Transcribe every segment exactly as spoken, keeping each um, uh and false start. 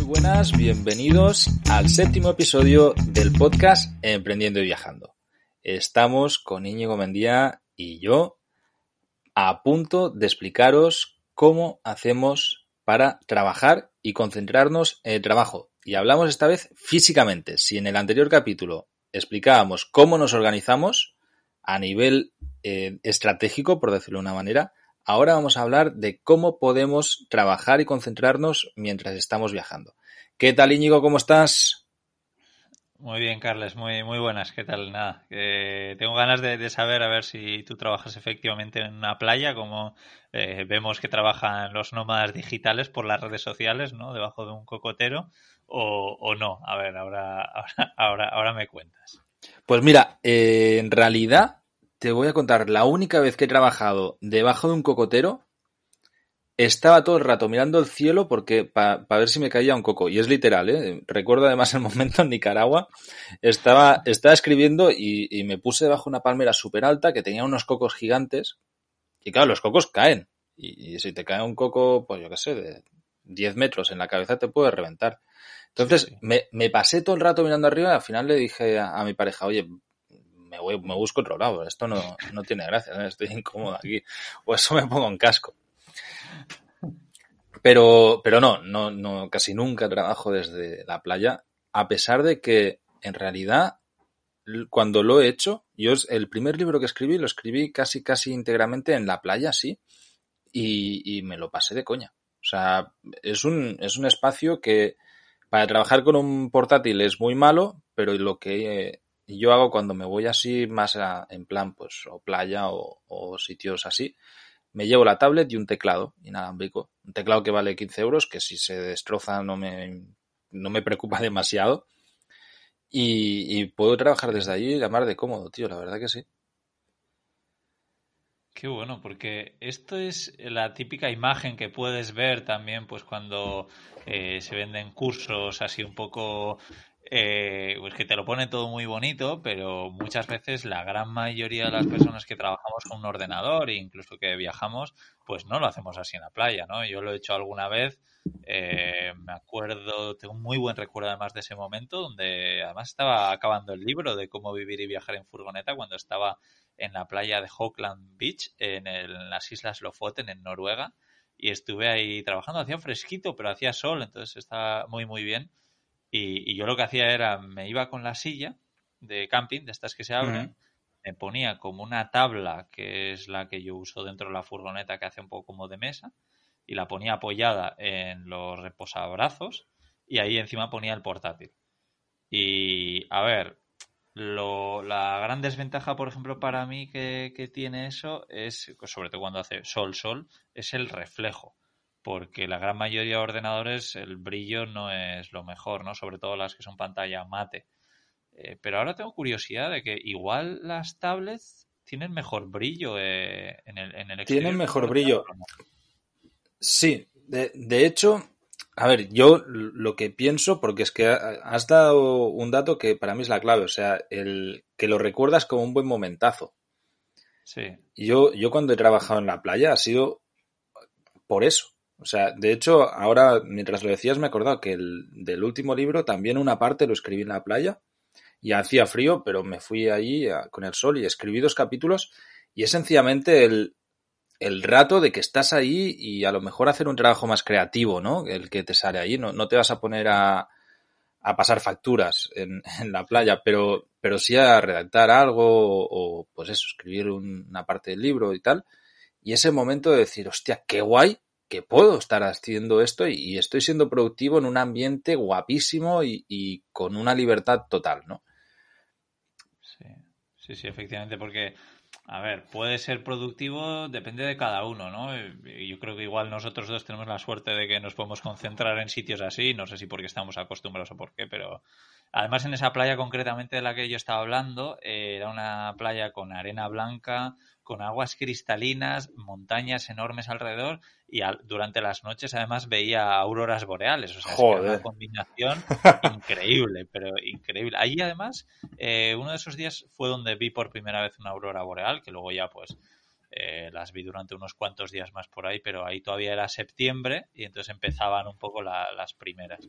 buenas, bienvenidos al séptimo episodio del podcast Emprendiendo y Viajando. Estamos con Íñigo Mendía y yo a punto de explicaros cómo hacemos para trabajar y concentrarnos en el trabajo. Y hablamos esta vez físicamente. Si en el anterior capítulo explicábamos cómo nos organizamos a nivel eh, estratégico, por decirlo de una manera, ahora vamos a hablar de cómo podemos trabajar y concentrarnos mientras estamos viajando. ¿Qué tal, Íñigo? ¿Cómo estás? Muy bien, Carles, muy, muy buenas. ¿Qué tal? Nada, eh, tengo ganas de, de saber a ver si tú trabajas efectivamente en una playa, como eh, vemos que trabajan los nómadas digitales por las redes sociales, ¿no? Debajo de un cocotero, o, o no. A ver, ahora, ahora, ahora, ahora me cuentas. Pues mira, eh, en realidad te voy a contar la única vez que he trabajado debajo de un cocotero. Estaba todo el rato mirando el cielo porque para pa ver si me caía un coco. Y es literal, ¿eh? Recuerdo además el momento en Nicaragua. Estaba, estaba escribiendo y, y me puse debajo de una palmera súper alta que tenía unos cocos gigantes. Y claro, los cocos caen. Y, y si te cae un coco, pues yo qué sé, de diez metros en la cabeza te puede reventar. Sí, Entonces sí. me, me pasé todo el rato mirando arriba y al final le dije a, a mi pareja, oye, me, voy, me busco otro lado. Esto no, no tiene gracia, ¿no? Estoy incómodo aquí. O eso me pongo en casco. Pero, pero no, no, no, casi nunca trabajo desde la playa, a pesar de que en realidad cuando lo he hecho, yo el primer libro que escribí lo escribí casi casi íntegramente en la playa, sí, y, y me lo pasé de coña. O sea, es un, es un espacio que para trabajar con un portátil es muy malo, pero lo que eh, yo hago cuando me voy así más a, en plan, pues, o playa o, o sitios así, me llevo la tablet y un teclado inalámbrico. Un teclado que vale quince euros, que si se destroza no me, no me preocupa demasiado. Y, y puedo trabajar desde allí y la mar de cómodo, tío, la verdad que sí. Qué bueno, porque esto es la típica imagen que puedes ver también, pues cuando eh, se venden cursos así un poco, eh, pues que te lo pone todo muy bonito, pero muchas veces la gran mayoría de las personas que trabajamos con un ordenador e incluso que viajamos, pues no lo hacemos así en la playa, ¿no? Yo lo he hecho alguna vez, eh, me acuerdo, tengo un muy buen recuerdo además de ese momento, donde además estaba acabando el libro de cómo vivir y viajar en furgoneta cuando estaba en la playa de Auckland Beach, en, el, en las Islas Lofoten, en Noruega, y estuve ahí trabajando. Hacía fresquito, pero hacía sol, entonces estaba muy, muy bien. Y, y yo lo que hacía era, me iba con la silla de camping, de estas que se Uh-huh. abren, me ponía como una tabla, que es la que yo uso dentro de la furgoneta, que hace un poco como de mesa, y la ponía apoyada en los reposabrazos, y ahí encima ponía el portátil. Y a ver, lo, la gran desventaja, por ejemplo, para mí que, que tiene eso es, pues, sobre todo cuando hace sol, sol, es el reflejo. Porque la gran mayoría de ordenadores el brillo no es lo mejor, ¿no? Sobre todo las que son pantalla mate. Eh, pero ahora tengo curiosidad de que igual las tablets tienen mejor brillo eh, en el, en el Tienen exterior que un mejor ordenador, brillo. ¿o no? Sí, de, de hecho, a ver, yo lo que pienso, porque es que has dado un dato que para mí es la clave, o sea, el que lo recuerdas como un buen momentazo. Sí, Yo, yo cuando he trabajado en la playa ha sido por eso. O sea, de hecho, ahora, mientras lo decías, me he acordado que el, del último libro también una parte lo escribí en la playa y hacía frío, pero me fui allí a, con el sol y escribí dos capítulos y es sencillamente el, el rato de que estás ahí y a lo mejor hacer un trabajo más creativo, ¿no? El que te sale ahí. No, no te vas a poner a, a pasar facturas en, en la sí. playa, pero, pero sí a redactar algo o, o pues eso, escribir un, una parte del libro y tal. Y ese momento de decir, hostia, qué guay que puedo estar haciendo esto y, y estoy siendo productivo en un ambiente guapísimo y, y con una libertad total, ¿no? Sí, sí, sí, efectivamente, porque, a ver, puede ser productivo, depende de cada uno, ¿no? Y yo creo que igual nosotros dos tenemos la suerte de que nos podemos concentrar en sitios así, no sé si porque estamos acostumbrados o por qué, pero además en esa playa concretamente de la que yo estaba hablando, eh, era una playa con arena blanca, con aguas cristalinas, montañas enormes alrededor y al- durante las noches además veía auroras boreales, o sea, es que era una Joder. combinación increíble, pero increíble. Allí además, eh, uno de esos días fue donde vi por primera vez una aurora boreal, que luego ya pues eh, las vi durante unos cuantos días más por ahí, pero ahí todavía era septiembre y entonces empezaban un poco la, las primeras.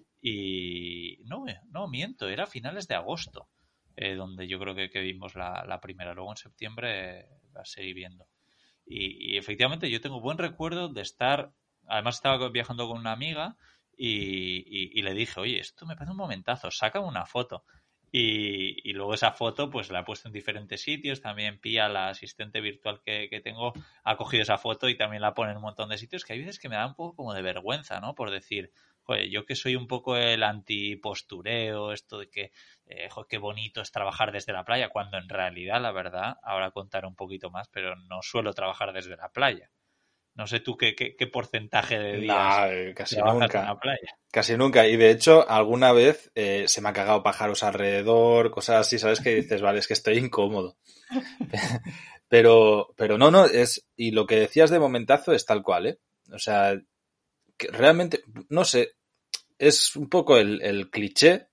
Y no, no miento, era finales de agosto, eh, donde yo creo que, que vimos la, la primera. Luego en septiembre eh, la seguí viendo. Y, y efectivamente yo tengo buen recuerdo de estar, además estaba viajando con una amiga y, y, y le dije, oye, esto me parece un momentazo, saca una foto. Y, y luego esa foto pues la he puesto en diferentes sitios, también Pía, la asistente virtual que, que tengo, ha cogido esa foto y también la pone en un montón de sitios, que hay veces que me da un poco como de vergüenza, ¿no? Por decir, joder, yo que soy un poco el antipostureo, esto de que, eh, joder, qué bonito es trabajar desde la playa, cuando en realidad, la verdad, ahora contaré un poquito más, pero no suelo trabajar desde la playa. No sé tú qué, qué, qué porcentaje de días Nah, casi trabajas en nunca. la playa. Casi nunca. Y de hecho, alguna vez eh, se me ha cagado pájaros alrededor, cosas así, ¿sabes? Que dices, vale, es que estoy incómodo. Pero, pero no, no, es. Y lo que decías de momentazo es tal cual, ¿eh? O sea, que realmente, no sé, es un poco el, el cliché,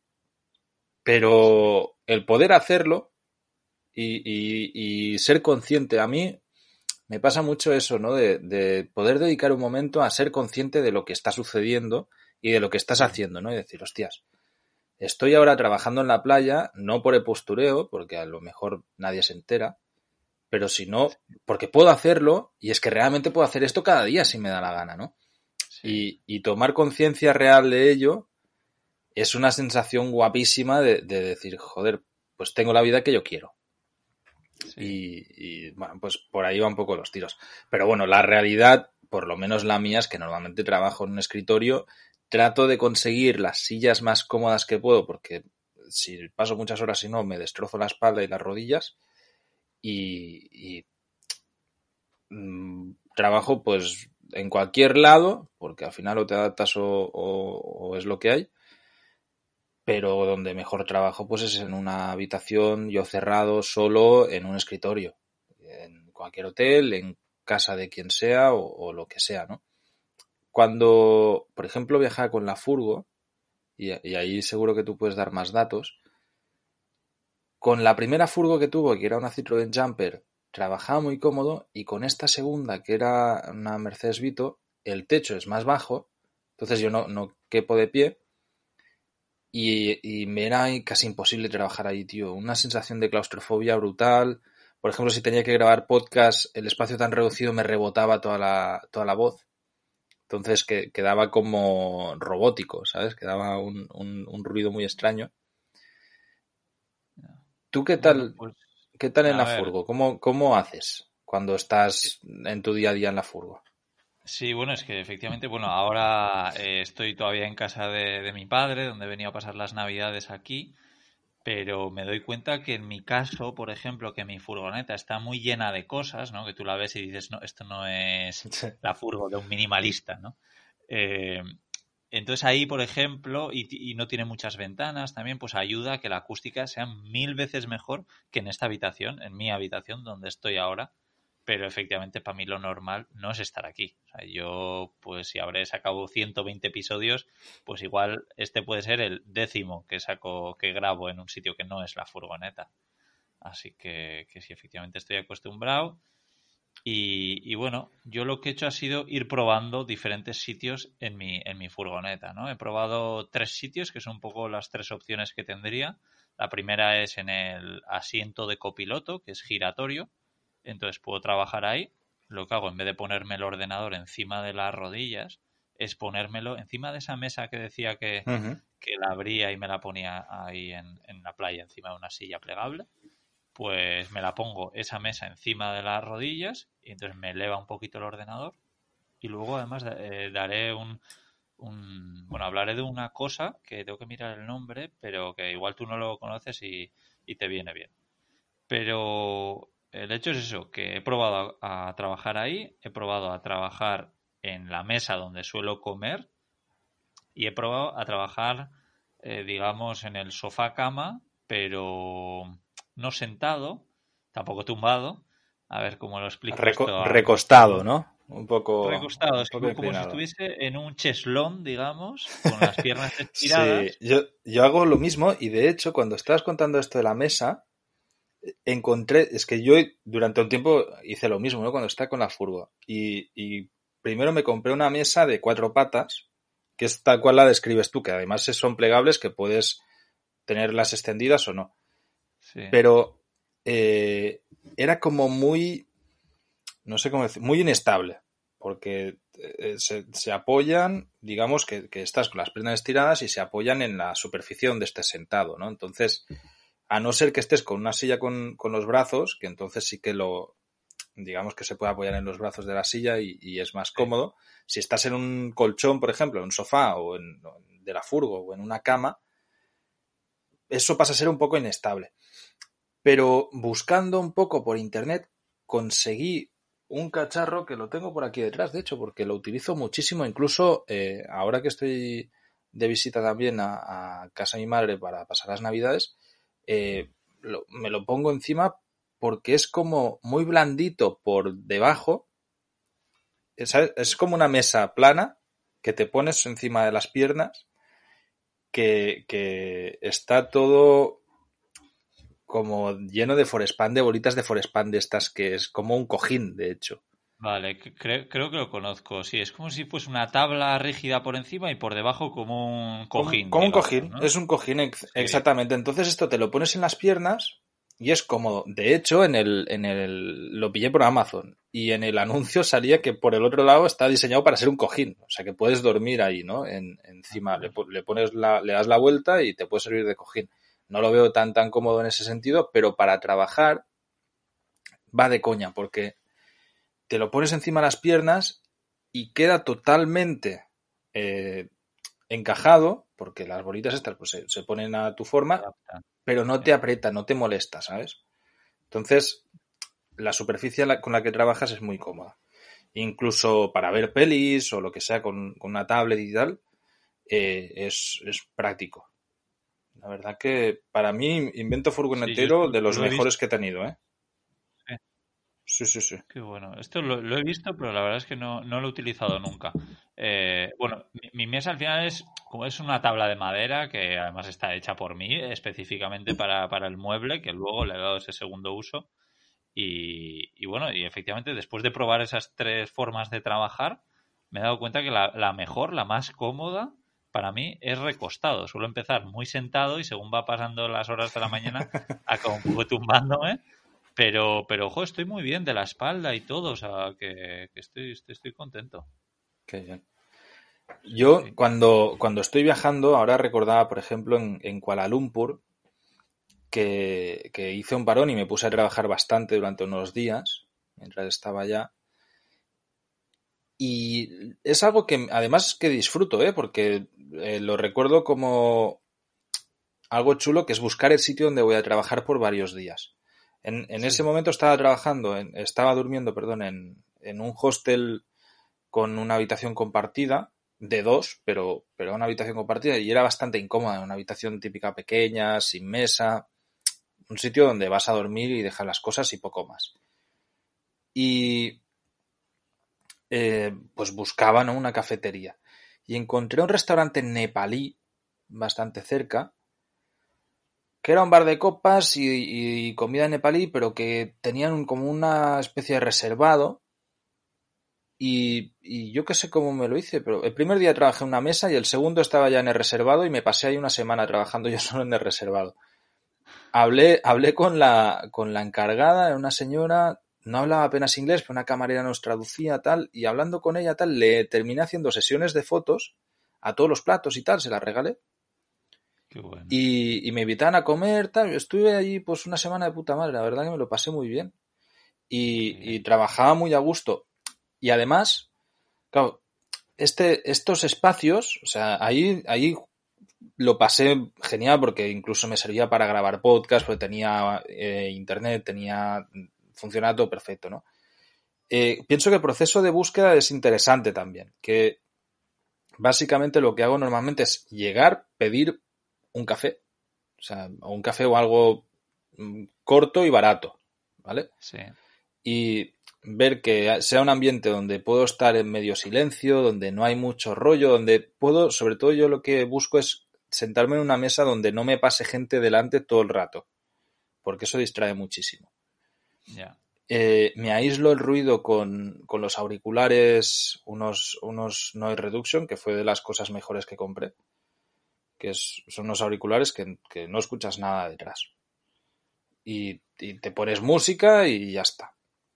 Sí, pero el poder hacerlo y, y, y ser consciente, a mí me pasa mucho eso, ¿no? De, de poder dedicar un momento a ser consciente de lo que está sucediendo y de lo que estás sí, haciendo, ¿no? Y decir, hostias, estoy ahora trabajando en la playa, no por el postureo, porque a lo mejor nadie se entera, pero si no, porque puedo hacerlo y es que realmente puedo hacer esto cada día si me da la gana, ¿no? sí, Y, y tomar conciencia real de ello es una sensación guapísima de, de decir, joder, pues tengo la vida que yo quiero. sí. Y, y, bueno, pues por ahí va un poco los tiros. Pero bueno, la realidad, por lo menos la mía, es que normalmente trabajo en un escritorio, trato de conseguir las sillas más cómodas que puedo, porque si paso muchas horas y no, me destrozo la espalda y las rodillas. Y, y mmm, trabajo pues en cualquier lado, porque al final o te adaptas o, o, o es lo que hay, pero donde mejor trabajo pues es en una habitación, yo cerrado, solo, en un escritorio, en cualquier hotel, en casa de quien sea o, o lo que sea, ¿no? Cuando, por ejemplo, viajaba con la furgo, y, y ahí seguro que tú puedes dar más datos, con la primera furgo que tuvo, que era una Citroën Jumper, trabajaba muy cómodo, y con esta segunda, que era una Mercedes Vito, el techo es más bajo, entonces yo no, no quepo de pie, Y, y me era casi imposible trabajar ahí, tío. Una sensación de claustrofobia brutal. Por ejemplo, si tenía que grabar podcast, el espacio tan reducido me rebotaba toda la, toda la voz. Entonces que, quedaba como robótico, ¿sabes? Quedaba un, un, un ruido muy extraño. ¿Tú qué Bueno, tal, pues qué tal en a la ver, furgo? ¿Cómo, cómo haces cuando estás en tu día a día en la furgo? sí, bueno, es que efectivamente, bueno, ahora eh, estoy todavía en casa de, de mi padre, donde he venido a pasar las Navidades aquí, pero me doy cuenta que en mi caso, por ejemplo, que mi furgoneta está muy llena de cosas, ¿no? Que tú la ves y dices, no, esto no es la furgo de un minimalista, ¿no? Eh, entonces ahí, por ejemplo, y, y no tiene muchas ventanas también, pues ayuda a que la acústica sea mil veces mejor que en esta habitación, en mi habitación donde estoy ahora. Pero efectivamente para mí lo normal no es estar aquí. O sea, yo, pues si habré sacado ciento veinte episodios, pues igual este puede ser el décimo que saco, que grabo en un sitio que no es la furgoneta. Así que, que sí, efectivamente estoy acostumbrado. Y, y bueno, yo lo que he hecho ha sido ir probando diferentes sitios en mi, en mi furgoneta, ¿no? He probado tres sitios, que son un poco las tres opciones que tendría. La primera es en el asiento de copiloto, que es giratorio. Entonces puedo trabajar ahí. Lo que hago, en vez de ponerme el ordenador encima de las rodillas, es ponérmelo encima de esa mesa que decía que, Ujú. que la abría y me la ponía ahí en, en la playa, encima de una silla plegable. Pues me la pongo esa mesa encima de las rodillas y entonces me eleva un poquito el ordenador y luego además eh, daré un, un, bueno, hablaré de una cosa que tengo que mirar el nombre, pero que igual tú no lo conoces y, y te viene bien. Pero el hecho es eso, que he probado a, a trabajar ahí, he probado a trabajar en la mesa donde suelo comer y he probado a trabajar, eh, digamos, en el sofá cama, pero no sentado, tampoco tumbado. A ver cómo lo explico Reco- esto a todo el recostado, mundo. ¿no? Un poco, Recostado, un es poco que como si inclinado. estuviese en un cheslón, digamos, con las piernas Sí, estiradas. yo, yo hago lo mismo y de hecho cuando estabas contando esto de la mesa, encontré, es que yo durante un tiempo hice lo mismo, ¿no? Cuando estaba con la furgo. Y, y primero me compré una mesa de cuatro patas, que es tal cual la describes tú, que además son plegables, que puedes tenerlas extendidas o no. Sí. Pero eh, era como muy, no sé cómo decir, muy inestable, porque eh, se, se apoyan, digamos que, que estás con las piernas estiradas y se apoyan en la superficie donde estés sentado, ¿no? Entonces, a no ser que estés con una silla con, con los brazos, que entonces sí que lo, digamos que se puede apoyar en los brazos de la silla y, y es más cómodo. Si estás en un colchón, por ejemplo, en un sofá o en, de la furgo o en una cama, eso pasa a ser un poco inestable. Pero buscando un poco por internet, conseguí un cacharro que lo tengo por aquí detrás, de hecho, porque lo utilizo muchísimo, incluso eh, ahora que estoy de visita también a, a casa de mi madre para pasar las navidades, eh, lo, me lo pongo encima porque es como muy blandito por debajo, ¿sabes? Es como una mesa plana que te pones encima de las piernas, que, que está todo como lleno de forespan, de bolitas de forespan de estas, que es como un cojín, de hecho. Vale, cre- creo que lo conozco. Sí, es como si fuese una tabla rígida por encima y por debajo como un Como, cojín, como un digamos, cojín, ¿no? es un cojín ex- Sí, exactamente. Entonces esto te lo pones en las piernas y es cómodo. De hecho, en el, en el lo pillé por Amazon y en el anuncio salía que por el otro lado está diseñado para ser un cojín. O sea que puedes dormir ahí, ¿no? En, encima le, le pones la, le das la vuelta y te puede servir de cojín. No lo veo tan tan cómodo en ese sentido, pero para trabajar va de coña, porque te lo pones encima de las piernas y queda totalmente eh, encajado, porque las bolitas estas pues, se, se ponen a tu forma, adapta. pero no Sí. te aprieta, no te molesta, ¿sabes? Entonces, la superficie con la que trabajas es muy cómoda. Incluso para ver pelis o lo que sea con, con una tablet y tal, eh, es, es práctico. La verdad que para mí, invento Sí, yo furgonetero esto de los lo he visto. mejores que he tenido, ¿eh? Sí. Sí, sí, sí. Qué bueno. Esto lo, lo he visto, pero la verdad es que no, no lo he utilizado nunca. Eh, bueno, mi, mi mesa al final es como es una tabla de madera que además está hecha por mí específicamente para, para el mueble, que luego le he dado ese segundo uso. Y, y bueno, y efectivamente después de probar esas tres formas de trabajar, me he dado cuenta que la, la mejor, la más cómoda para mí es recostado. Suelo empezar muy sentado y según va pasando las horas de la mañana, acabo un poco tumbándome. Pero, pero, ojo, estoy muy bien de la espalda y todo, o sea, que, que estoy, estoy, estoy contento. Qué bien. Sí, Yo sí. cuando, cuando estoy viajando, ahora recordaba, por ejemplo, en, en Kuala Lumpur, que, que hice un parón y me puse a trabajar bastante durante unos días, mientras estaba allá. Y es algo que además que disfruto, ¿eh? Porque eh, lo recuerdo como algo chulo, que es buscar el sitio donde voy a trabajar por varios días. En, en ese Sí. momento estaba trabajando, en, estaba durmiendo, perdón, en, en un hostel con una habitación compartida, de dos, pero, pero una habitación compartida, y era bastante incómoda, una habitación típica pequeña, sin mesa, un sitio donde vas a dormir y dejar las cosas y poco más. Y eh, pues buscaba, ¿no?, una cafetería. Y encontré un restaurante nepalí bastante cerca, que era un bar de copas y, y comida nepalí, pero que tenían un, como una especie de reservado. Y, y yo qué sé cómo me lo hice, pero el primer día trabajé en una mesa y el segundo estaba ya en el reservado y me pasé ahí una semana trabajando yo solo en el reservado. Hablé, hablé con la, con la encargada, una señora, no hablaba apenas inglés, pero una camarera nos traducía tal, y hablando con ella tal, le terminé haciendo sesiones de fotos a todos los platos y tal, se las regalé. Qué bueno. Y, y me invitaban a comer, tal. Estuve allí pues una semana de puta madre, la verdad que me lo pasé muy bien. Qué Y, y bien. trabajaba muy a gusto. Y además, claro, este, estos espacios, o sea, ahí, ahí lo pasé genial porque incluso me servía para grabar podcast, porque tenía eh, internet, tenía funcionaba todo perfecto, ¿no? Eh, pienso que el proceso de búsqueda es interesante también, que básicamente lo que hago normalmente es llegar, pedir un café, o sea, un café o algo mm, corto y barato, ¿vale? Sí. Y ver que sea un ambiente donde puedo estar en medio silencio, donde no hay mucho rollo, donde puedo, sobre todo yo lo que busco es sentarme en una mesa donde no me pase gente delante todo el rato. porque eso distrae muchísimo. Ya. Eh, me aíslo el ruido con, con los auriculares, unos, unos Noise Reduction, que fue de las cosas mejores que compré, que es, son unos auriculares que, que no escuchas nada detrás. Y, y te pones música y ya está.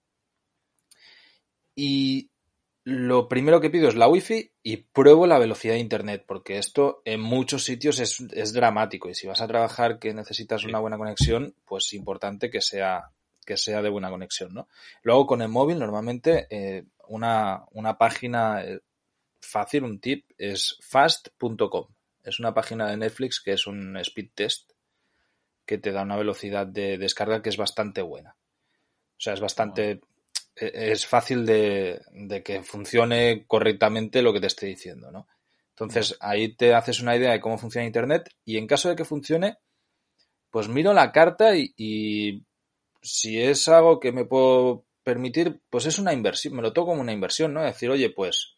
Y lo primero que pido es la wifi y pruebo la velocidad de internet, porque esto en muchos sitios es, es dramático, y si vas a trabajar que necesitas Sí. una buena conexión, pues es importante que sea, que sea de buena conexión, ¿no? Luego con el móvil normalmente eh, una, una página eh, fácil, un tip, es fast punto com. Es una página de Netflix que es un speed test que te da una velocidad de descarga que es bastante buena. O sea, es bastante... es fácil de, de que funcione correctamente lo que te estoy diciendo, ¿no? Entonces, ahí te haces una idea de cómo funciona Internet, y en caso de que funcione, pues miro la carta y, y si es algo que me puedo permitir, pues es una inversión, me lo tomo como una inversión, ¿no? Decir, oye, pues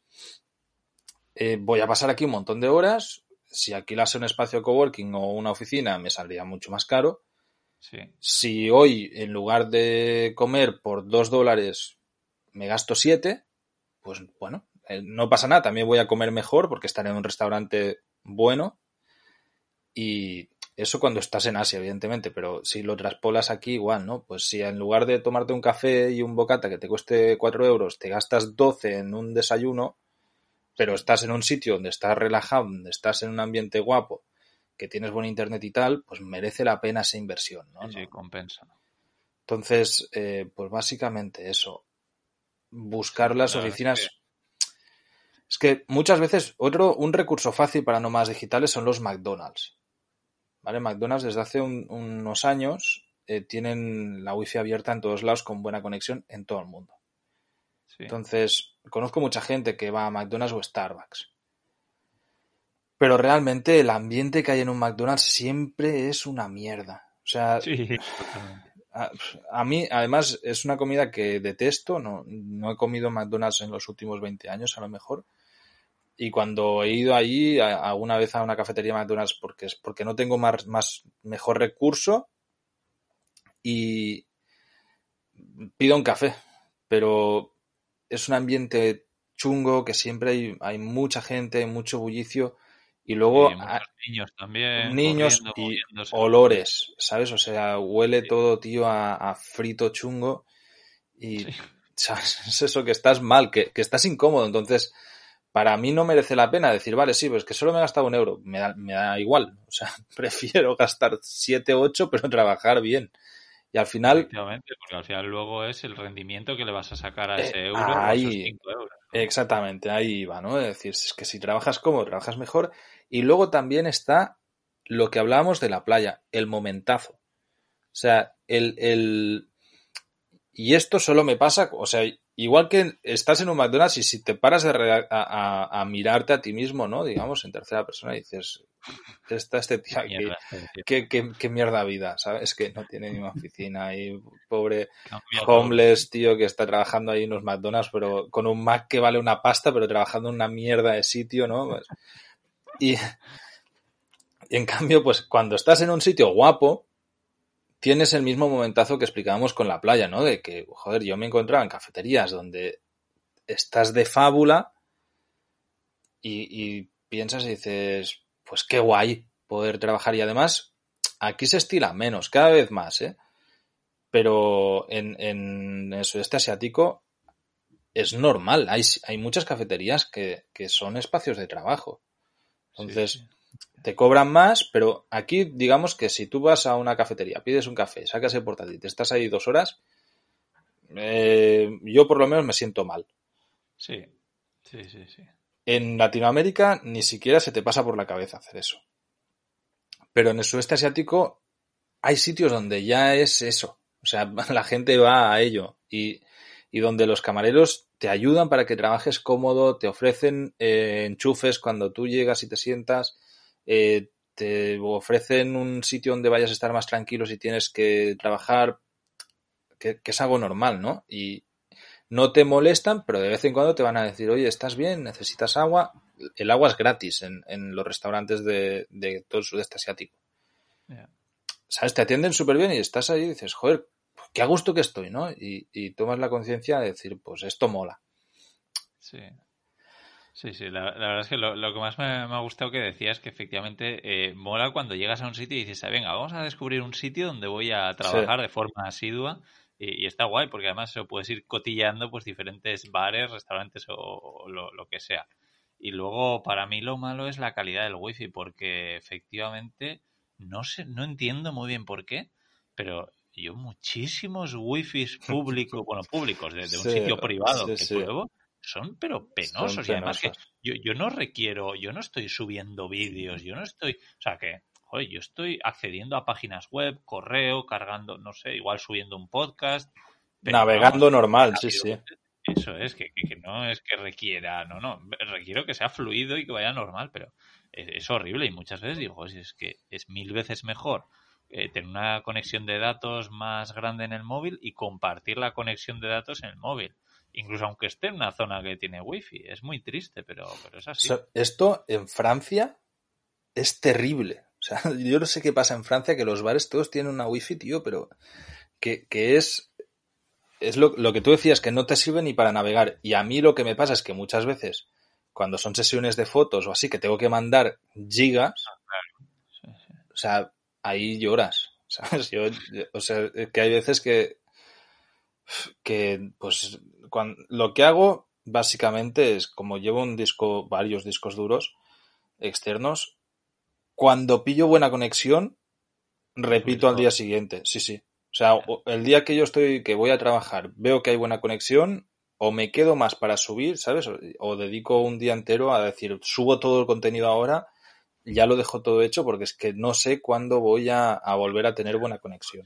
eh, voy a pasar aquí un montón de horas, si alquilase un espacio de coworking o una oficina me saldría mucho más caro. Sí. Si hoy, en lugar de comer por dos dólares, me gasto siete, pues bueno, eh, no pasa nada. También voy a comer mejor porque estaré en un restaurante bueno. Y eso cuando estás en Asia, evidentemente. Pero si lo traspolas aquí, igual, ¿no? Pues si en lugar de tomarte un café y un bocata que te cueste cuatro euros, te gastas doce en un desayuno, pero estás en un sitio donde estás relajado, donde estás en un ambiente guapo, que tienes buen internet y tal, pues merece la pena esa inversión, ¿no? Sí, sí, compensa. Entonces, eh, pues básicamente eso. Buscar las La verdad es que... oficinas. Es que muchas veces, otro, un recurso fácil para nómadas digitales son los McDonald's. ¿Vale? McDonald's desde hace un, unos años eh, tienen la wifi abierta en todos lados con buena conexión en todo el mundo. Sí. Entonces, conozco mucha gente que va a McDonald's o Starbucks. Pero realmente el ambiente que hay en un McDonald's siempre es una mierda. O sea, Sí, totalmente. a, a mí, además, es una comida que detesto. No, no he comido McDonald's en los últimos veinte años, a lo mejor. Y cuando he ido allí a, alguna vez a una cafetería McDonald's porque es porque no tengo más, más mejor recurso y pido un café, pero es un ambiente chungo que siempre hay, hay mucha gente, hay mucho bullicio, y luego Sí, muchos niños también niños corriendo, y moviéndose. olores, ¿sabes? O sea, huele Sí. todo, tío, a, a frito chungo y, Sí. ¿sabes? Es eso, que estás mal, que, que estás incómodo. Entonces, para mí no merece la pena decir, vale, sí, pues que solo me he gastado un euro. Me da, me da igual. O sea, prefiero gastar siete, ocho, pero trabajar bien. Y al final, Efectivamente, porque al final luego es el rendimiento que le vas a sacar a eh, ese euro o a esos ahí, cinco euros, ¿no? exactamente, ahí va, ¿no? Es decir, es que si trabajas cómodo, trabajas mejor. Y luego también está lo que hablábamos de la playa, el momentazo. O sea, el, el... Y esto solo me pasa, o sea, igual que estás en un McDonald's y si te paras de re- a, a, a mirarte a ti mismo, ¿no? Digamos, en tercera persona y dices, está este tío Qué aquí, mierda estoy diciendo. qué, qué, qué mierda vida, ¿sabes? Que no tiene ni una oficina y pobre Cambia todo. homeless, tío, que está trabajando ahí en unos McDonald's, pero con un Mac que vale una pasta, pero trabajando en una mierda de sitio, ¿no? Pues, y, y en cambio, pues cuando estás en un sitio guapo, tienes el mismo momentazo que explicábamos con la playa, ¿no? De que, joder, yo me encontraba en cafeterías donde estás de fábula y, y piensas y dices, pues qué guay poder trabajar. Y además, aquí se estila menos, cada vez más, ¿eh? Pero en, en el sudeste asiático es normal. Hay, hay muchas cafeterías que, que son espacios de trabajo. Sí, sí. Entonces, te cobran más, pero aquí digamos que si tú vas a una cafetería, pides un café, sacas el portátil, te estás ahí dos horas, eh, yo por lo menos me siento mal. Sí, sí, sí, sí. En Latinoamérica ni siquiera se te pasa por la cabeza hacer eso. Pero en el sudeste asiático hay sitios donde ya es eso. O sea, la gente va a ello y, y donde los camareros te ayudan para que trabajes cómodo, te ofrecen eh, enchufes cuando tú llegas y te sientas, eh, te ofrecen un sitio donde vayas a estar más tranquilo si tienes que trabajar, que, que es algo normal, ¿no? Y no te molestan, pero de vez en cuando te van a decir, oye, ¿estás bien? ¿Necesitas agua? El agua es gratis en, en los restaurantes de, de todo el sudeste asiático. Yeah. ¿sabes? Te atienden súper bien y estás ahí y dices, joder, qué a gusto que estoy, ¿no? Y, y tomas la conciencia de decir, pues esto mola. Sí. Sí, sí, la, la verdad es que lo, lo que más me, me ha gustado que decías que efectivamente eh, mola cuando llegas a un sitio y dices, "Ah, venga, vamos a descubrir un sitio donde voy a Sí. trabajar de forma asidua y, y está guay porque además eso, puedes ir cotilleando pues diferentes bares, restaurantes o, o lo, lo que sea. Y luego para mí lo malo es la calidad del wifi porque efectivamente no sé, no entiendo muy bien por qué, pero yo muchísimos wifis públicos, bueno, públicos de, de un Sí, sitio privado sí, que sí. pruebo son pero Son penosos y además que penosos. yo, yo no requiero, yo no estoy subiendo vídeos, yo no estoy, o sea que, joder, yo estoy accediendo a páginas web, correo, cargando, no sé, igual subiendo un podcast, pero vamos, Navegando normal, ha sí, habido sí. veces- eso es, que, que- que no es que requiera, no, no, requiero que sea fluido y que vaya normal, pero es, es horrible y muchas veces digo, "Joder, si es que es mil veces mejor eh, tener una conexión de datos más grande en el móvil y compartir la conexión de datos en el móvil incluso aunque esté en una zona que tiene wifi. Es muy triste, pero, pero es O así. sea, esto en Francia es terrible. O sea, yo no sé qué pasa en Francia, que los bares todos tienen una wifi, tío, pero que, que es, es lo, lo que tú decías, que no te sirve ni para navegar. Y a mí lo que me pasa es que muchas veces, cuando son sesiones de fotos o así, que tengo que mandar gigas, Sí, sí. o sea, ahí lloras. ¿Sabes? Yo, yo- o sea, que hay veces que, que pues, cuando, lo que hago básicamente es, como llevo un disco, varios discos duros externos, cuando pillo buena conexión, Lo subís repito al todo. día siguiente. Sí, sí. O sea, Ya. el día que yo estoy, que voy a trabajar, veo que hay buena conexión, o me quedo más para subir, ¿sabes? O, o dedico un día entero a decir, subo todo el contenido ahora, ya lo dejo todo hecho, porque es que no sé cuándo voy a, a volver a tener buena conexión.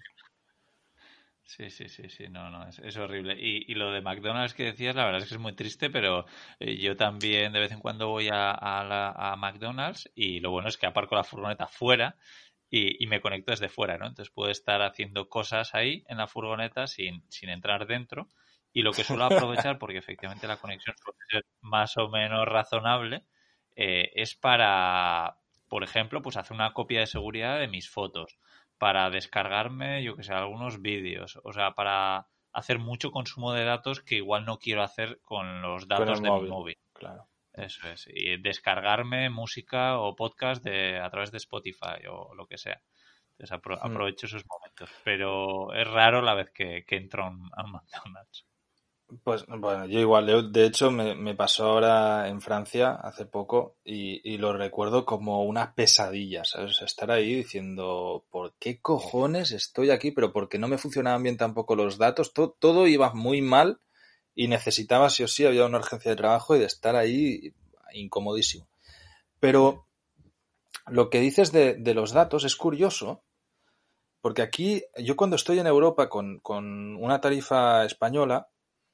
Sí, sí, sí, sí, no, no, es, es horrible. Y, y lo de McDonald's que decías, la verdad es que es muy triste, pero eh, yo también de vez en cuando voy a, a, la- a McDonald's y lo bueno es que aparco la furgoneta fuera y, y me conecto desde fuera, ¿no? Entonces puedo estar haciendo cosas ahí en la furgoneta sin, sin entrar dentro y lo que suelo aprovechar, porque efectivamente la conexión suele ser más o menos razonable, eh, es para, por ejemplo, pues hacer una copia de seguridad de mis fotos para descargarme, yo que sé, algunos vídeos, o sea, para hacer mucho consumo de datos que igual no quiero hacer con los Con el datos de mi móvil, móvil. claro. Eso es. Y descargarme música o podcast de, a través de Spotify o lo que sea. Entonces apro- Mm. aprovecho esos momentos. Pero es raro la vez que, que entro a un, a un McDonald's. Pues bueno, yo igual, yo, de hecho me, me pasó ahora en Francia hace poco y, y lo recuerdo como una pesadilla, ¿sabes? O sea, estar ahí diciendo, ¿por qué cojones estoy aquí? Pero porque no me funcionaban bien tampoco los datos, todo, todo iba muy mal y necesitaba sí o sí, había una urgencia de trabajo y de estar ahí incomodísimo. Pero lo que dices de, de los datos es curioso, porque aquí yo cuando estoy en Europa con, con una tarifa española,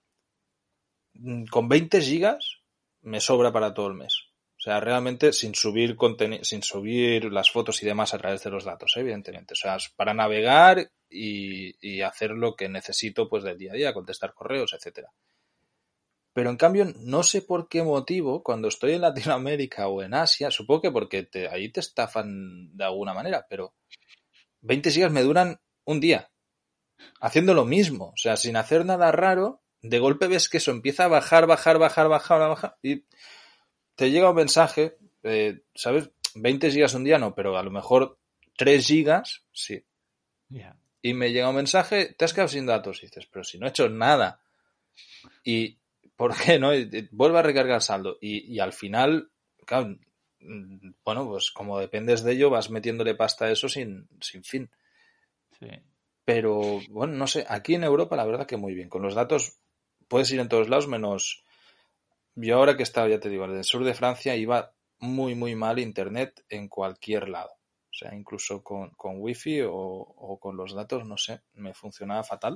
con veinte gigas me sobra para todo el mes. O sea, realmente sin subir contenido, sin subir las fotos y demás a través de los datos, ¿eh? Evidentemente. O sea, es para navegar y, y hacer lo que necesito pues del día a día, contestar correos, etcétera. Pero en cambio, no sé por qué motivo, cuando estoy en Latinoamérica o en Asia, supongo que porque te, ahí te estafan de alguna manera, pero veinte gigas me duran un día, haciendo lo mismo, o sea, sin hacer nada raro, de golpe ves que eso empieza a bajar, bajar, bajar, bajar, bajar, y te llega un mensaje, eh, ¿sabes? veinte gigas un día no, pero a lo mejor tres gigas, sí. Ya. Y me llega un mensaje, te has quedado sin datos, y dices, pero si no he hecho nada. ¿Y por qué no? Y vuelve a recargar saldo. Y, y al final, claro, bueno, pues como dependes de ello, vas metiéndole pasta a eso sin, sin fin. Sí. Pero, bueno, no sé, aquí en Europa la verdad que muy bien. Con los datos puedes ir en todos lados menos... Yo ahora que estaba, ya te digo, en el sur de Francia iba muy, muy mal internet en cualquier lado. O sea, incluso con, con wifi o, o con los datos, no sé, me funcionaba fatal.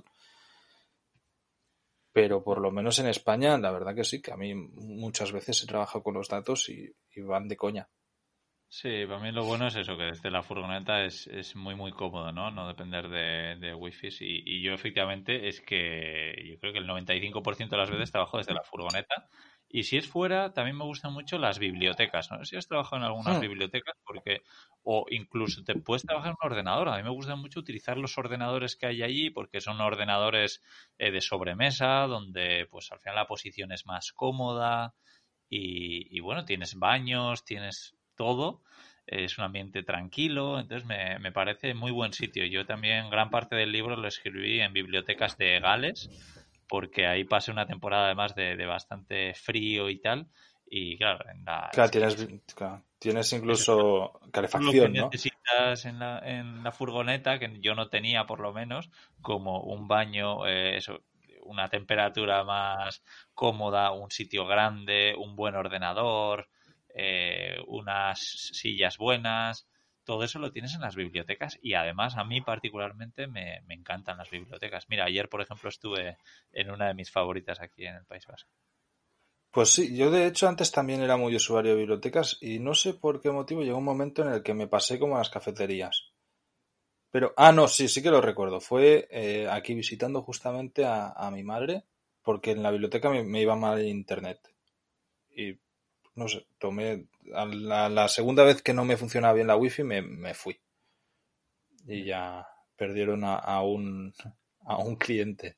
Pero por lo menos en España, la verdad que sí, que a mí muchas veces he trabajado con los datos y, y van de coña. Sí, para mí lo bueno es eso, que desde la furgoneta es, es muy, muy cómodo, ¿no? No depender de, de wifi. Y, y yo efectivamente es que yo creo que el noventa y cinco por ciento de las veces trabajo desde la furgoneta Y si es fuera, también me gustan mucho las bibliotecas. No sé si has trabajado en algunas Hmm. bibliotecas, porque o incluso te puedes trabajar en un ordenador. A mí me gusta mucho utilizar los ordenadores que hay allí, porque son ordenadores eh, de sobremesa, donde pues al final la posición es más cómoda y, y bueno, tienes baños, tienes todo. Es un ambiente tranquilo, entonces me, me parece muy buen sitio. Yo también gran parte del libro lo escribí en bibliotecas de Gales, porque ahí pasé una temporada además de, de bastante frío y tal. Y claro, en la, Claro, es que tienes, es claro, tienes eso, incluso todo lo que calefacción, ¿no? necesitas en la, en la furgoneta, que yo no tenía por lo menos, como un baño, eh, eso, una temperatura más cómoda, un sitio grande, un buen ordenador, eh, unas sillas buenas. Todo eso lo tienes en las bibliotecas y además a mí particularmente me, me encantan las bibliotecas. Mira, ayer por ejemplo estuve en una de mis favoritas aquí en el País Vasco. Pues sí, yo de hecho antes también era muy usuario de bibliotecas y no sé por qué motivo llegó un momento en el que me pasé como a las cafeterías. Pero, ah, no, sí, sí que lo recuerdo. Fue eh, aquí visitando justamente a, a mi madre porque en la biblioteca me, me iba mal el internet. Y no sé, tomé, a la, la segunda vez que no me funcionaba bien la wifi me, me fui y ya perdieron a, a un, a un cliente.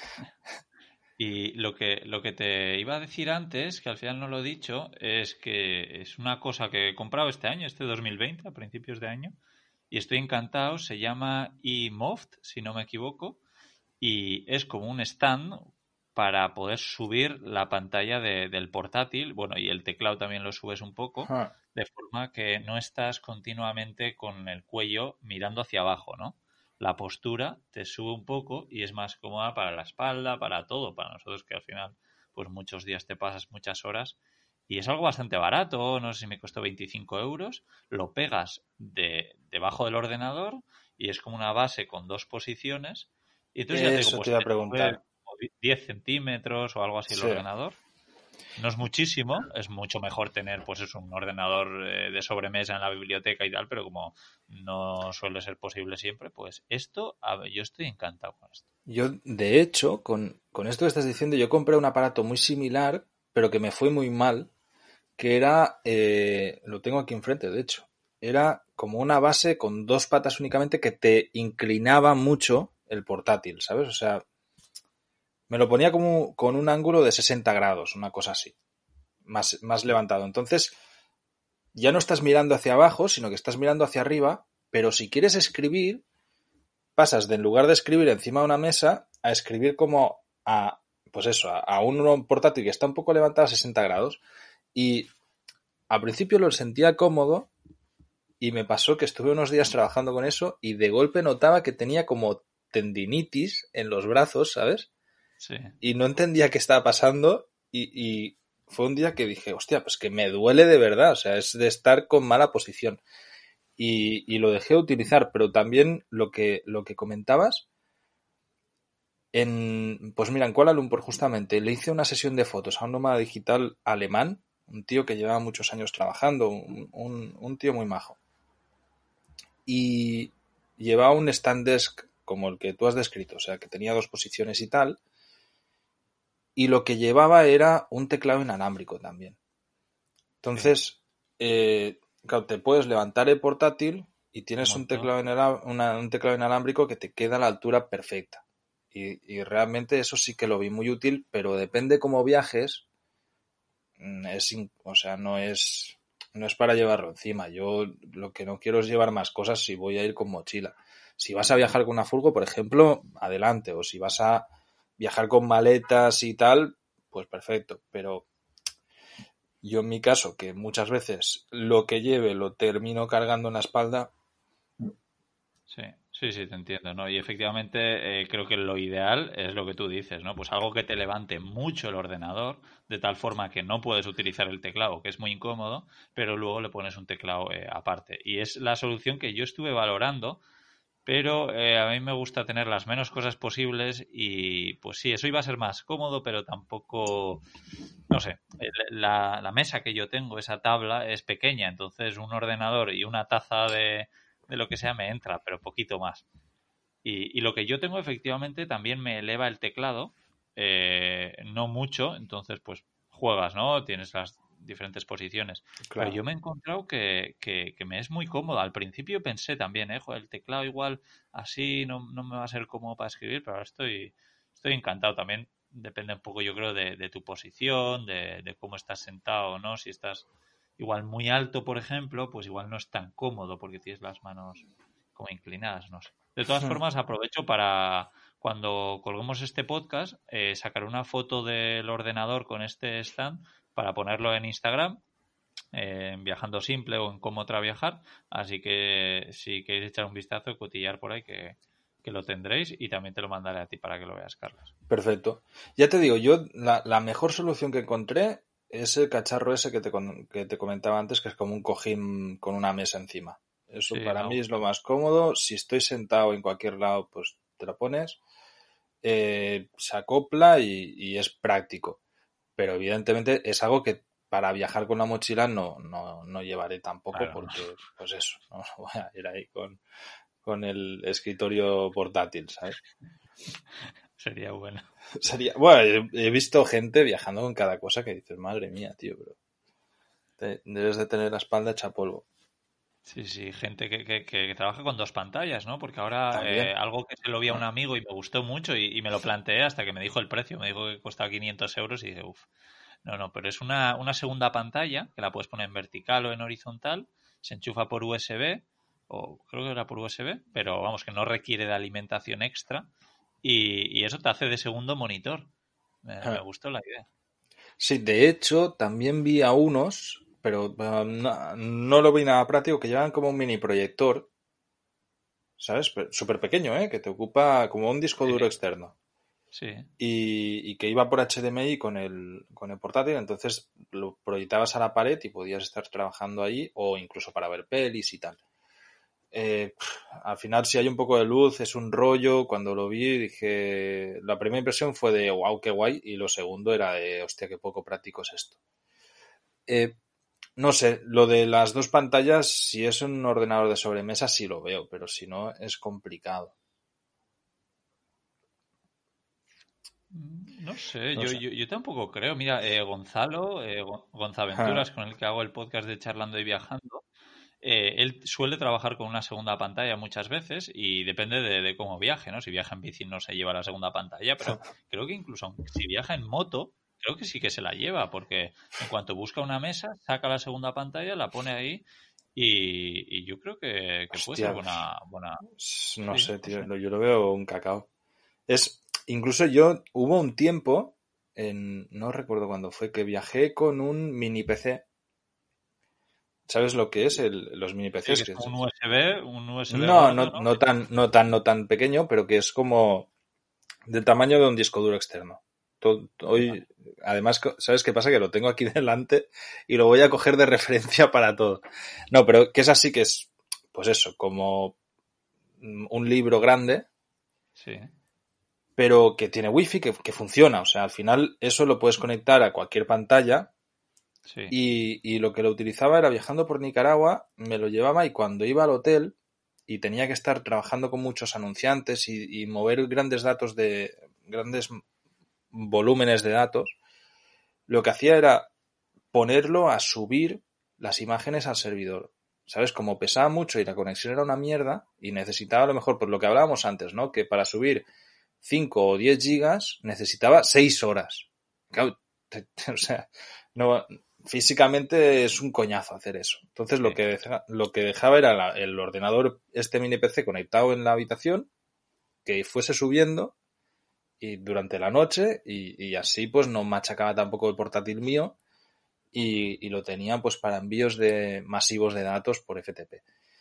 Y lo que, lo que te iba a decir antes, que al final no lo he dicho, es que es una cosa que he comprado este año, este dos mil veinte, a principios de año, y estoy encantado. Se llama eMoft, si no me equivoco, y es como un stand para poder subir la pantalla de- del portátil, bueno, y el teclado también lo subes un poco, Ah, de forma que no estás continuamente con el cuello mirando hacia abajo, ¿no? La postura te sube un poco y es más cómoda para la espalda, para todo, para nosotros que al final, pues muchos días te pasas muchas horas. Y es algo bastante barato, no sé si me costó veinticinco euros, lo pegas de, debajo del ordenador y es como una base con dos posiciones y entonces ya te digo, eso te pues iba a te sube preguntar. como diez centímetros o algo así el Sí. ordenador. No es muchísimo, es mucho mejor tener pues eso, un ordenador eh, de sobremesa en la biblioteca y tal, pero como no suele ser posible siempre, pues esto, a ver, yo estoy encantado con esto. Yo, de hecho, con, con esto que estás diciendo, yo compré un aparato muy similar, pero que me fue muy mal, que era, eh, lo tengo aquí enfrente, de hecho, era como una base con dos patas únicamente que te inclinaba mucho el portátil, ¿sabes? O sea, me lo ponía como con un ángulo de sesenta grados, una cosa así, más, más levantado. Entonces, ya no estás mirando hacia abajo, sino que estás mirando hacia arriba, pero si quieres escribir, pasas de en lugar de escribir encima de una mesa a escribir como a, pues eso, a, a un portátil que está un poco levantado a sesenta grados. Y al principio lo sentía cómodo y me pasó que estuve unos días trabajando con eso y de golpe notaba que tenía como tendinitis en los brazos, ¿sabes? Sí, Y no entendía qué estaba pasando y, y fue un día que dije, hostia, pues que me duele de verdad, o sea, es de estar con mala posición. Y, y lo dejé de utilizar, pero también lo que, lo que comentabas, en, pues mira, en Kuala Lumpur justamente le hice una sesión de fotos a un nómada digital alemán, un tío que llevaba muchos años trabajando, un, un, un tío muy majo. Y llevaba un stand desk como el que tú has descrito, o sea, que tenía dos posiciones y tal, y lo que llevaba era un teclado inalámbrico también. sí, Entonces, eh, claro, te puedes levantar el portátil y un tienes un montón. teclado, inala- una- un teclado inalámbrico que te queda a la altura perfecta. Y, y realmente eso sí que lo vi muy útil, pero depende cómo viajes, mm, es, in- o sea, no es, no es para llevarlo encima. Yo lo que no quiero es llevar más cosas si voy a ir con mochila. Si vas a viajar con una furgo, por ejemplo, adelante. O si vas a viajar con maletas y tal, pues perfecto. Pero yo en mi caso, que muchas veces lo que lleve lo termino cargando en la espalda. Sí, sí, sí, te entiendo, ¿no? Y efectivamente eh, creo que lo ideal es lo que tú dices, ¿no? Pues algo que te levante mucho el ordenador, de tal forma que no puedes utilizar el teclado, que es muy incómodo, pero luego le pones un teclado eh, aparte. Y es la solución que yo estuve valorando, pero eh, a mí me gusta tener las menos cosas posibles y pues sí, eso iba a ser más cómodo, pero tampoco, no sé, el- la, la mesa que yo tengo, esa tabla, es pequeña, entonces un ordenador y una taza de, de lo que sea me entra, pero poquito más. Y, y lo que yo tengo efectivamente también me eleva el teclado, eh, no mucho, entonces pues juegas, ¿no? Tienes las diferentes posiciones. Claro. Pero yo me he encontrado que, que, que me es muy cómodo. Al principio pensé también, ¿eh? Joder, el teclado igual así no, no me va a ser cómodo para escribir, pero ahora estoy, estoy encantado. También depende un poco, yo creo, de, de tu posición, de, de cómo estás sentado, ¿no? Si estás igual muy alto, por ejemplo, pues igual no es tan cómodo porque tienes las manos como inclinadas, no sé. De todas formas, aprovecho para, cuando colguemos este podcast, eh, sacar una foto del ordenador con este stand para ponerlo en Instagram, eh, en Viajando Simple o en Cómo Traviajar. Así que si queréis echar un vistazo y cotillar por ahí, que, que lo tendréis, y también te lo mandaré a ti para que lo veas, Carlos. Perfecto. Ya te digo, yo la, la mejor solución que encontré es el cacharro ese que te, con- que te comentaba antes, que es como un cojín con una mesa encima. Eso Sí, para me mí es lo gusta. más cómodo. Si estoy sentado en cualquier lado, pues te lo pones, eh, se acopla y, y es práctico. Pero evidentemente es algo que para viajar con la mochila no, no, no llevaré tampoco Claro, porque, pues eso, no voy a ir ahí con, con el escritorio portátil, ¿sabes? sería bueno. Sería, bueno, he, he visto gente viajando con cada cosa que dices, madre mía, tío, pero te- debes de tener la espalda hecha polvo. Sí, sí, gente que, que, que trabaja con dos pantallas, ¿no? Porque ahora También. eh, algo que se lo vi a un Ah, amigo y me gustó mucho y, y me lo planteé hasta que me dijo el precio. Me dijo que costaba quinientos euros y dije, uff, no, no, pero es una, una segunda pantalla que la puedes poner en vertical o en horizontal, se enchufa por U S B, o creo que era por U S B, pero vamos, que no requiere de alimentación extra y, y eso te hace de segundo monitor. Me, me ah. gustó la idea. Sí, de hecho, también vi a unos, pero ah, no, no lo vi nada práctico, que llevan como un mini proyector, ¿sabes? Pero súper pequeño, ¿eh? Que te ocupa como un disco Sí, duro externo. sí. Y, y que iba por H D M I con el, con el portátil, entonces lo proyectabas a la pared y podías estar trabajando ahí o incluso para ver pelis y tal. Eh, Al final, si hay un poco de luz, es un rollo. Cuando lo vi, dije. La primera impresión fue de wow, qué guay. Y lo segundo era de hostia, qué poco práctico es esto. Eh, no sé, lo de las dos pantallas, si es un ordenador de sobremesa, sí lo veo, pero si no, es complicado. Mm, No sé, No yo, sé. yo, yo tampoco creo. Mira, eh, Gonzalo, eh, Gon- Gonzaventuras, con el que hago el podcast de Charlando y Viajando, eh, él suele trabajar con una segunda pantalla muchas veces y depende de, de cómo viaje, ¿no? Si viaja en bici no se lleva la segunda pantalla, pero creo que incluso aunque si viaja en moto, creo que sí que se la lleva, porque en cuanto busca una mesa, saca la segunda pantalla, la pone ahí y, y yo creo que, que puede ser Hostia, buena, buena. no Sí, sé, no tío, sé. lo- yo lo veo un cacao. Es, incluso yo, hubo un tiempo, en, no recuerdo cuándo fue, que viajé con un mini P C. ¿Sabes lo que es el, los mini Sí, que P Cs? es Que como es- un U S B, un U S B no, gordo, no, ¿no? no tan, no tan, no tan pequeño, pero que es como del tamaño de un disco duro externo. To- Hoy, además, co- ¿sabes qué pasa? Que lo tengo aquí delante y lo voy a coger de referencia para todo. No, pero que es así que es, pues eso, como mm, un libro grande, Sí, pero que tiene wifi, que, que funciona. O sea, al final eso lo puedes conectar a cualquier pantalla sí. y, y lo que lo utilizaba era viajando por Nicaragua, me lo llevaba y cuando iba al hotel y tenía que estar trabajando con muchos anunciantes y, y mover grandes datos de grandes volúmenes de datos, lo que hacía era ponerlo a subir las imágenes al servidor. ¿Sabes? Como pesaba mucho y la conexión era una mierda y necesitaba a lo mejor, por lo que hablábamos antes, ¿no? Que para subir cinco o diez gigas necesitaba seis horas. Claro, te- te- o sea, no, físicamente es un coñazo hacer eso. Entonces lo Sí. que, deja- lo que dejaba era la- el ordenador, este mini P C conectado en la habitación, que fuese subiendo y durante la noche y, y así pues no machacaba tampoco el portátil mío y, y lo tenía pues para envíos de masivos de datos por F T P.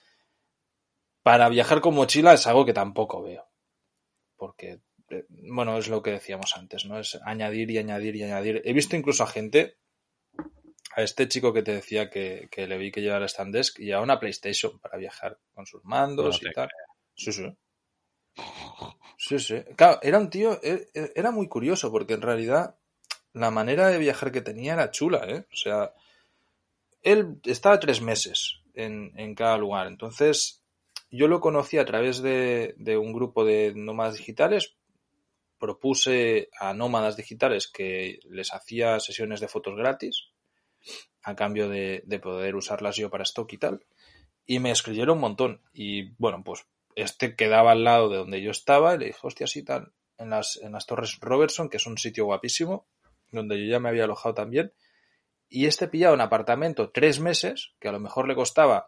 Para viajar con mochila es algo que tampoco veo, porque eh, bueno, es lo que decíamos antes, ¿no? Es añadir y añadir y añadir. He visto incluso a gente, a este chico que te decía que, que le vi que llevaba el Stand Desk y a una PlayStation para viajar con sus No mandos y te tal. Sí, sí. Sí, sí. Claro, era un tío, e- e- era muy curioso porque en realidad la manera de viajar que tenía era chula, ¿eh? O sea, él estaba tres meses en, en cada lugar. Entonces, yo lo conocí a través de, de un grupo de nómadas digitales propuse a nómadas digitales que les hacía sesiones de fotos gratis a cambio de, de poder usarlas yo para stock y tal. Y me escribieron un montón. Y bueno, pues este quedaba al lado de donde yo estaba y le dije, hostia, sí, tal, en las, en las Torres Robertson, que es un sitio guapísimo, donde yo ya me había alojado también. Y este pillaba un apartamento tres meses, que a lo mejor le costaba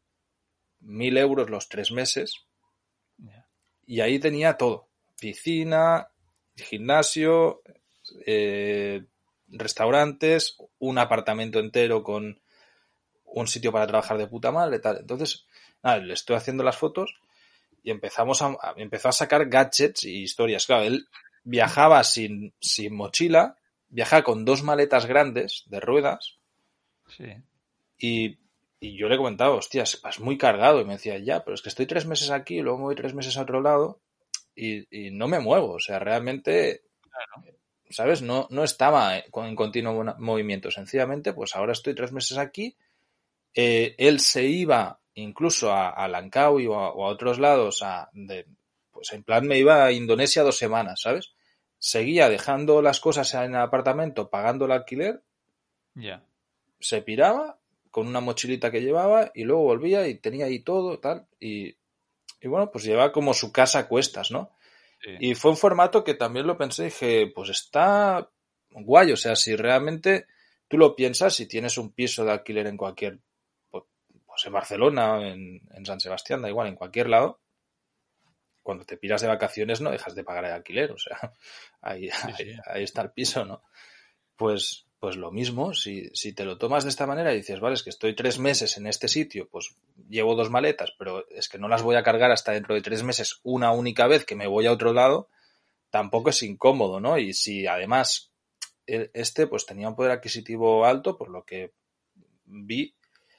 mil euros los tres meses. Ya. Y ahí tenía todo. Piscina, gimnasio, eh, restaurantes, un apartamento entero con un sitio para trabajar de puta madre, tal. Entonces, nada, le estoy haciendo las fotos y empezamos a, a- empezó a sacar gadgets y historias. Claro, él viajaba sin, sin mochila, viajaba con dos maletas grandes de ruedas Sí. y, y yo le comentaba, hostias, vas muy cargado. Y me decía, ya, pero es que estoy tres meses aquí, luego me voy tres meses a otro lado y, y no me muevo. O sea, realmente, Claro. ¿sabes? No, no estaba en continuo movimiento. Sencillamente, pues ahora estoy tres meses aquí. Eh, él se iba incluso a, a Langkawi o a, o a otros lados, a, de, pues en plan me iba a Indonesia dos semanas, ¿sabes? Seguía dejando las cosas en el apartamento, pagando el alquiler, Ya. se piraba con una mochilita que llevaba y luego volvía y tenía ahí todo, tal, y, y bueno, pues llevaba como su casa a cuestas, ¿no? Sí. Y fue un formato que también lo pensé y dije, pues está guay, o sea, si realmente tú lo piensas, si tienes un piso de alquiler en cualquier, pues pues en Barcelona, en, en San Sebastián, da igual, en cualquier lado, cuando te piras de vacaciones no dejas de pagar el alquiler, o sea, ahí, Sí, ahí, sí. ahí está el piso, ¿no? Pues, pues lo mismo, si, si te lo tomas de esta manera y dices, vale, es que estoy tres meses en este sitio, pues llevo dos maletas, pero es que no las voy a cargar hasta dentro de tres meses una única vez que me voy a otro lado, tampoco es incómodo, ¿no? Y si además este pues tenía un poder adquisitivo alto, por lo que vi,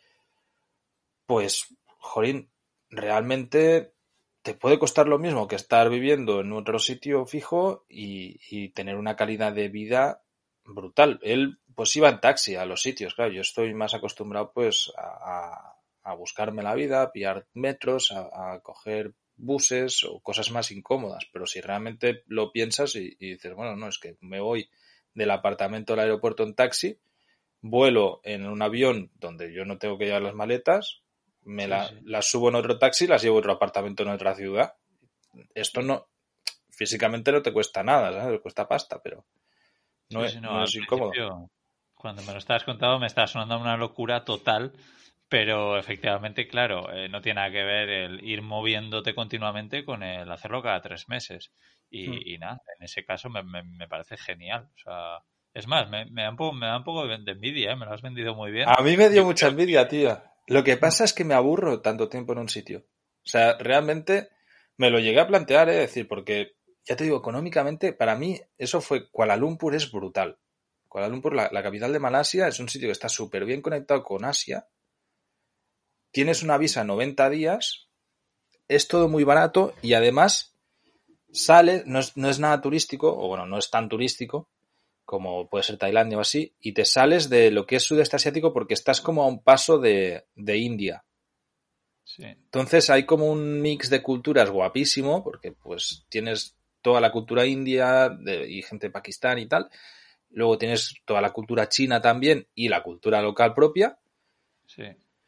pues, jolín, realmente te puede costar lo mismo que estar viviendo en otro sitio fijo y, y tener una calidad de vida brutal. Él pues iba en taxi a los sitios, claro, yo estoy más acostumbrado pues a, a buscarme la vida, a pillar metros, a, a coger buses o cosas más incómodas, pero si realmente lo piensas y, y dices, bueno, no, es que me voy del apartamento al aeropuerto en taxi, vuelo en un avión donde yo no tengo que llevar las maletas, me Sí, la, sí. las subo en otro taxi y las llevo a otro apartamento en otra ciudad. Esto no, físicamente no te cuesta nada, ¿sabes? Te cuesta pasta, pero no Sí, es, sí, no, no al es incómodo. principio, cuando me lo estabas contando, me estaba sonando una locura total, pero efectivamente, claro, eh, no tiene nada que ver el ir moviéndote continuamente con el hacerlo cada tres meses. Hmm. Y, y nada, en ese caso me, me- me parece genial. O sea, es más, me, me da un poco, me da un poco de de envidia, ¿eh? Me lo has vendido muy bien. A mí me dio Yo mucha creo envidia, tía. Lo que que... pasa es que me aburro tanto tiempo en un sitio. O sea, realmente me lo llegué a plantear, es decir, porque, ya te digo, económicamente, para mí eso fue, Kuala Lumpur es brutal. Kuala Lumpur, la, la capital de Malasia, es un sitio que está súper bien conectado con Asia. Tienes una visa noventa días, es todo muy barato y además sale, no es, no es nada turístico, o bueno, no es tan turístico como puede ser Tailandia o así, y te sales de lo que es sudeste asiático porque estás como a un paso de, de India. Sí, Entonces hay como un mix de culturas guapísimo, porque pues tienes toda la cultura india de, y gente de Pakistán y tal, luego tienes toda la cultura china también y la cultura local propia. sí.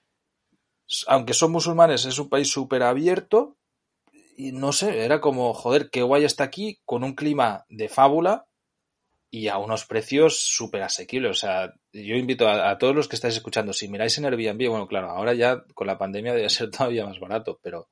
Aunque son musulmanes, es un país súper abierto y no sé, era como, joder, qué guay está aquí con un clima de fábula y a unos precios súper asequibles. O sea, yo invito a, a todos los que estáis escuchando, si miráis en Airbnb, bueno, claro, ahora ya con la pandemia debe ser todavía más barato, pero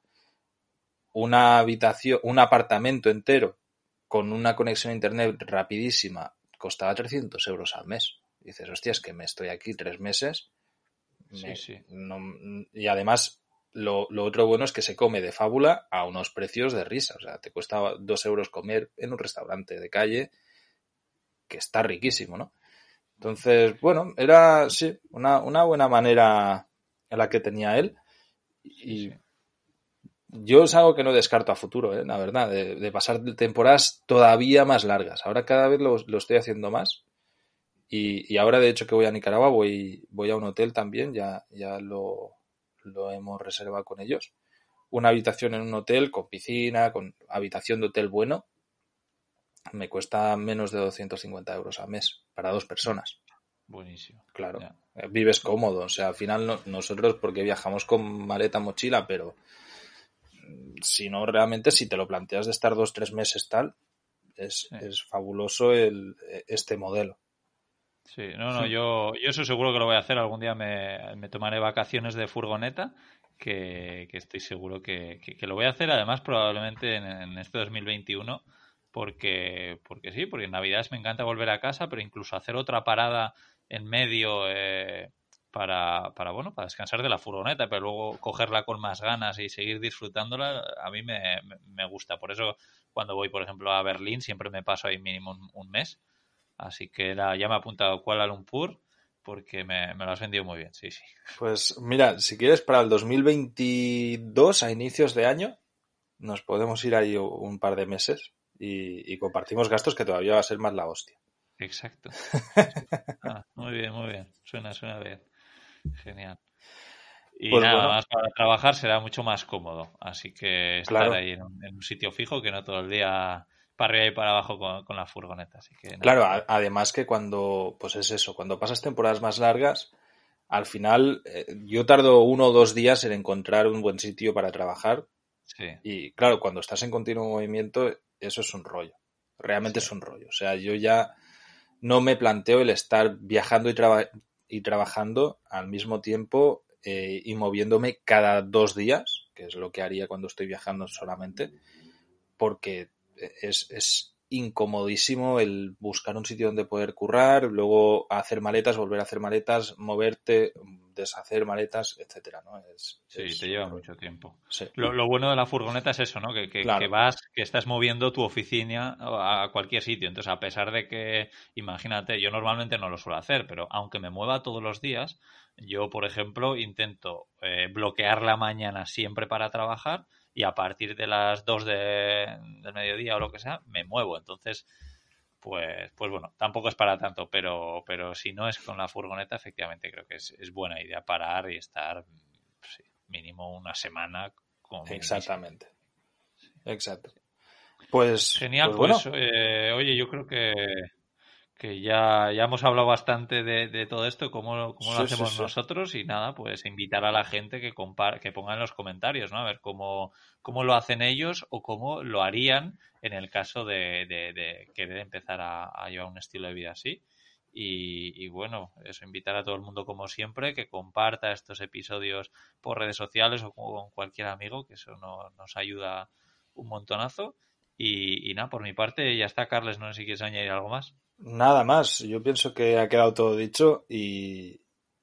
una habitación, un apartamento entero con una conexión a internet rapidísima costaba trescientos euros al mes. Y dices, hostia, es que me estoy aquí tres meses Sí, me, sí. no, y además lo, lo otro bueno es que se come de fábula a unos precios de risa. O sea, te cuesta dos euros comer en un restaurante de calle que está riquísimo, ¿no? Entonces, bueno, era, sí, una, una buena manera en la que tenía él. Sí, sí. Y yo es algo que no descarto a futuro, ¿eh? La verdad, de, de pasar temporadas todavía más largas. Ahora cada vez lo, lo estoy haciendo más. Y, y ahora, de hecho, que voy a Nicaragua, voy, voy a un hotel también, ya, ya lo, lo hemos reservado con ellos. Una habitación en un hotel con piscina, con habitación de hotel bueno. me cuesta menos de doscientos cincuenta euros al mes para dos personas. Buenísimo. Claro, Ya. vives cómodo. O sea, al final no, nosotros porque viajamos con maleta, mochila, pero si no, realmente si te lo planteas de estar dos, tres meses tal, es, Sí. es fabuloso el, este modelo. Sí, no, no, yo, yo eso seguro que lo voy a hacer. Algún día me, me tomaré vacaciones de furgoneta, que, que estoy seguro que, que, que lo voy a hacer, además, probablemente en, en este dos mil veintiuno, porque, porque sí, porque en Navidades me encanta volver a casa, pero incluso hacer otra parada en medio eh, para, para, bueno, para descansar de la furgoneta, pero luego cogerla con más ganas y seguir disfrutándola, a mí me, me, me gusta. Por eso, cuando voy, por ejemplo, a Berlín, siempre me paso ahí mínimo un, un mes. Así que la, ya me he apuntado a Kuala Lumpur porque me, me lo has vendido muy bien, sí, sí. Pues mira, si quieres para el dos mil veintidós, a inicios de año, nos podemos ir ahí un par de meses y, y compartimos gastos que todavía va a ser más la hostia. Exacto. Sí. Ah, muy bien, muy bien. Suena, suena bien. Genial. Y Pues nada bueno, más para trabajar será mucho más cómodo. Así que estar claro, ahí en un, en un sitio fijo que no todo el día para arriba y para abajo con, con la furgoneta. Así que nada, claro, a- bien. además que cuando, pues es eso, cuando pasas temporadas más largas, al final eh, yo tardo uno o dos días en encontrar un buen sitio para trabajar Sí, y claro, cuando estás en continuo movimiento, eso es un rollo, realmente sí, es un rollo. O sea, yo ya no me planteo el estar viajando y, traba- y trabajando al mismo tiempo eh, y moviéndome cada dos días, que es lo que haría cuando estoy viajando solamente, porque es, es incomodísimo el buscar un sitio donde poder currar, luego hacer maletas, volver a hacer maletas, moverte, deshacer maletas, etcétera, ¿no? Es, sí, te es lleva un rollo. mucho tiempo. Sí, Lo, lo bueno de la furgoneta es eso, ¿no? Que, que, que claro, vas, que estás moviendo tu oficina a cualquier sitio. Entonces, a pesar de que, imagínate, yo normalmente no lo suelo hacer, pero aunque me mueva todos los días, yo, por ejemplo, intento eh, bloquear la mañana siempre para trabajar y a partir de las dos de, del mediodía o lo que sea, me muevo. Entonces, pues, pues bueno, tampoco es para tanto, pero, pero si no es con la furgoneta, efectivamente creo que es, es buena idea parar y estar sí, mínimo una semana como minimísimo. exactamente, exacto. Pues, Genial, pues pues bueno, eh, oye, yo creo que, que ya, ya hemos hablado bastante de, de todo esto, cómo, cómo lo sí, sí, hacemos sí. nosotros y nada, pues invitar a la gente que, compar que ponga en los comentarios, ¿no? A ver cómo, cómo lo hacen ellos o cómo lo harían en el caso de, de, de querer empezar a, a llevar un estilo de vida así. Y, y bueno, eso, invitar a todo el mundo como siempre, que comparta estos episodios por redes sociales o con cualquier amigo, que eso no, nos ayuda un montonazo. Y, y nada, por mi parte ya está, Carles, no sé si quieres añadir algo más. Nada más, yo pienso que ha quedado todo dicho y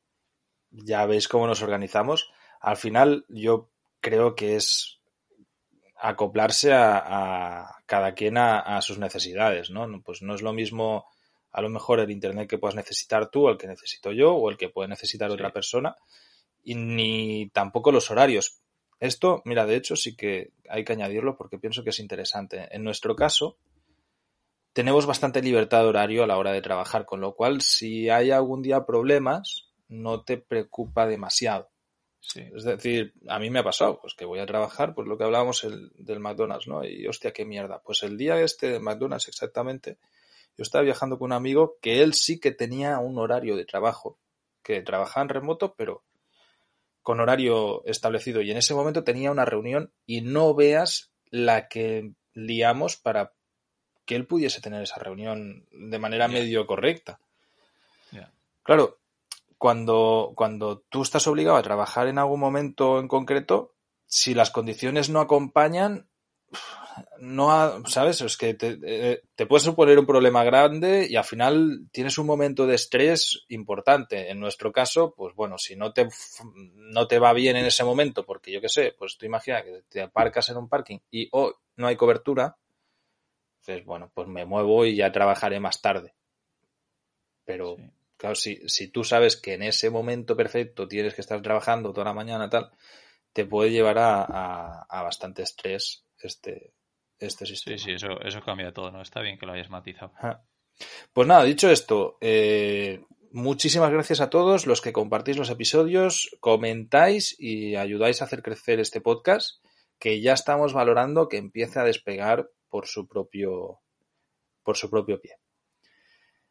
ya veis cómo nos organizamos. Al final yo creo que es acoplarse a, a cada quien a, a, sus necesidades, ¿no? Pues no es lo mismo a lo mejor el internet que puedas necesitar tú, el que necesito yo o el que puede necesitar Sí, otra persona y ni tampoco los horarios. Esto, mira, de hecho sí que hay que añadirlo porque pienso que es interesante. En nuestro caso, tenemos bastante libertad de horario a la hora de trabajar, con lo cual si hay algún día problemas, no te preocupa demasiado. sí, Es decir, a mí me ha pasado, pues que voy a trabajar, pues lo que hablábamos el, del McDonald's, ¿no? Y hostia, qué mierda. Pues el día este de McDonald's exactamente, yo estaba viajando con un amigo que él sí que tenía un horario de trabajo, que trabajaba en remoto, pero con horario establecido. Y en ese momento tenía una reunión y no veas la que liamos para que él pudiese tener esa reunión de manera ya, medio correcta. ya, Claro, cuando, cuando tú estás obligado a trabajar en algún momento en concreto, si las condiciones no acompañan, no ha, ¿sabes? Es que te, eh, te puede suponer un problema grande y al final tienes un momento de estrés importante. En nuestro caso, pues bueno, si no te, no te va bien en ese momento, porque yo qué sé, pues tú imagina que te aparcas en un parking y oh, no hay cobertura, pues bueno, pues me muevo y ya trabajaré más tarde. Pero sí. claro, si, si tú sabes que en ese momento perfecto tienes que estar trabajando toda la mañana tal, te puede llevar a, a, a bastante estrés este, este Sí, sistema. sí, eso, eso cambia todo, ¿no? Está bien que lo hayas matizado. Ajá. Pues nada, dicho esto, eh, muchísimas gracias a todos los que compartís los episodios, comentáis y ayudáis a hacer crecer este podcast, que ya estamos valorando que empiece a despegar por su propio por su propio pie.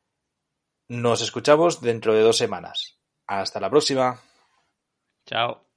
Nos escuchamos dentro de dos semanas. Hasta la próxima. Chao.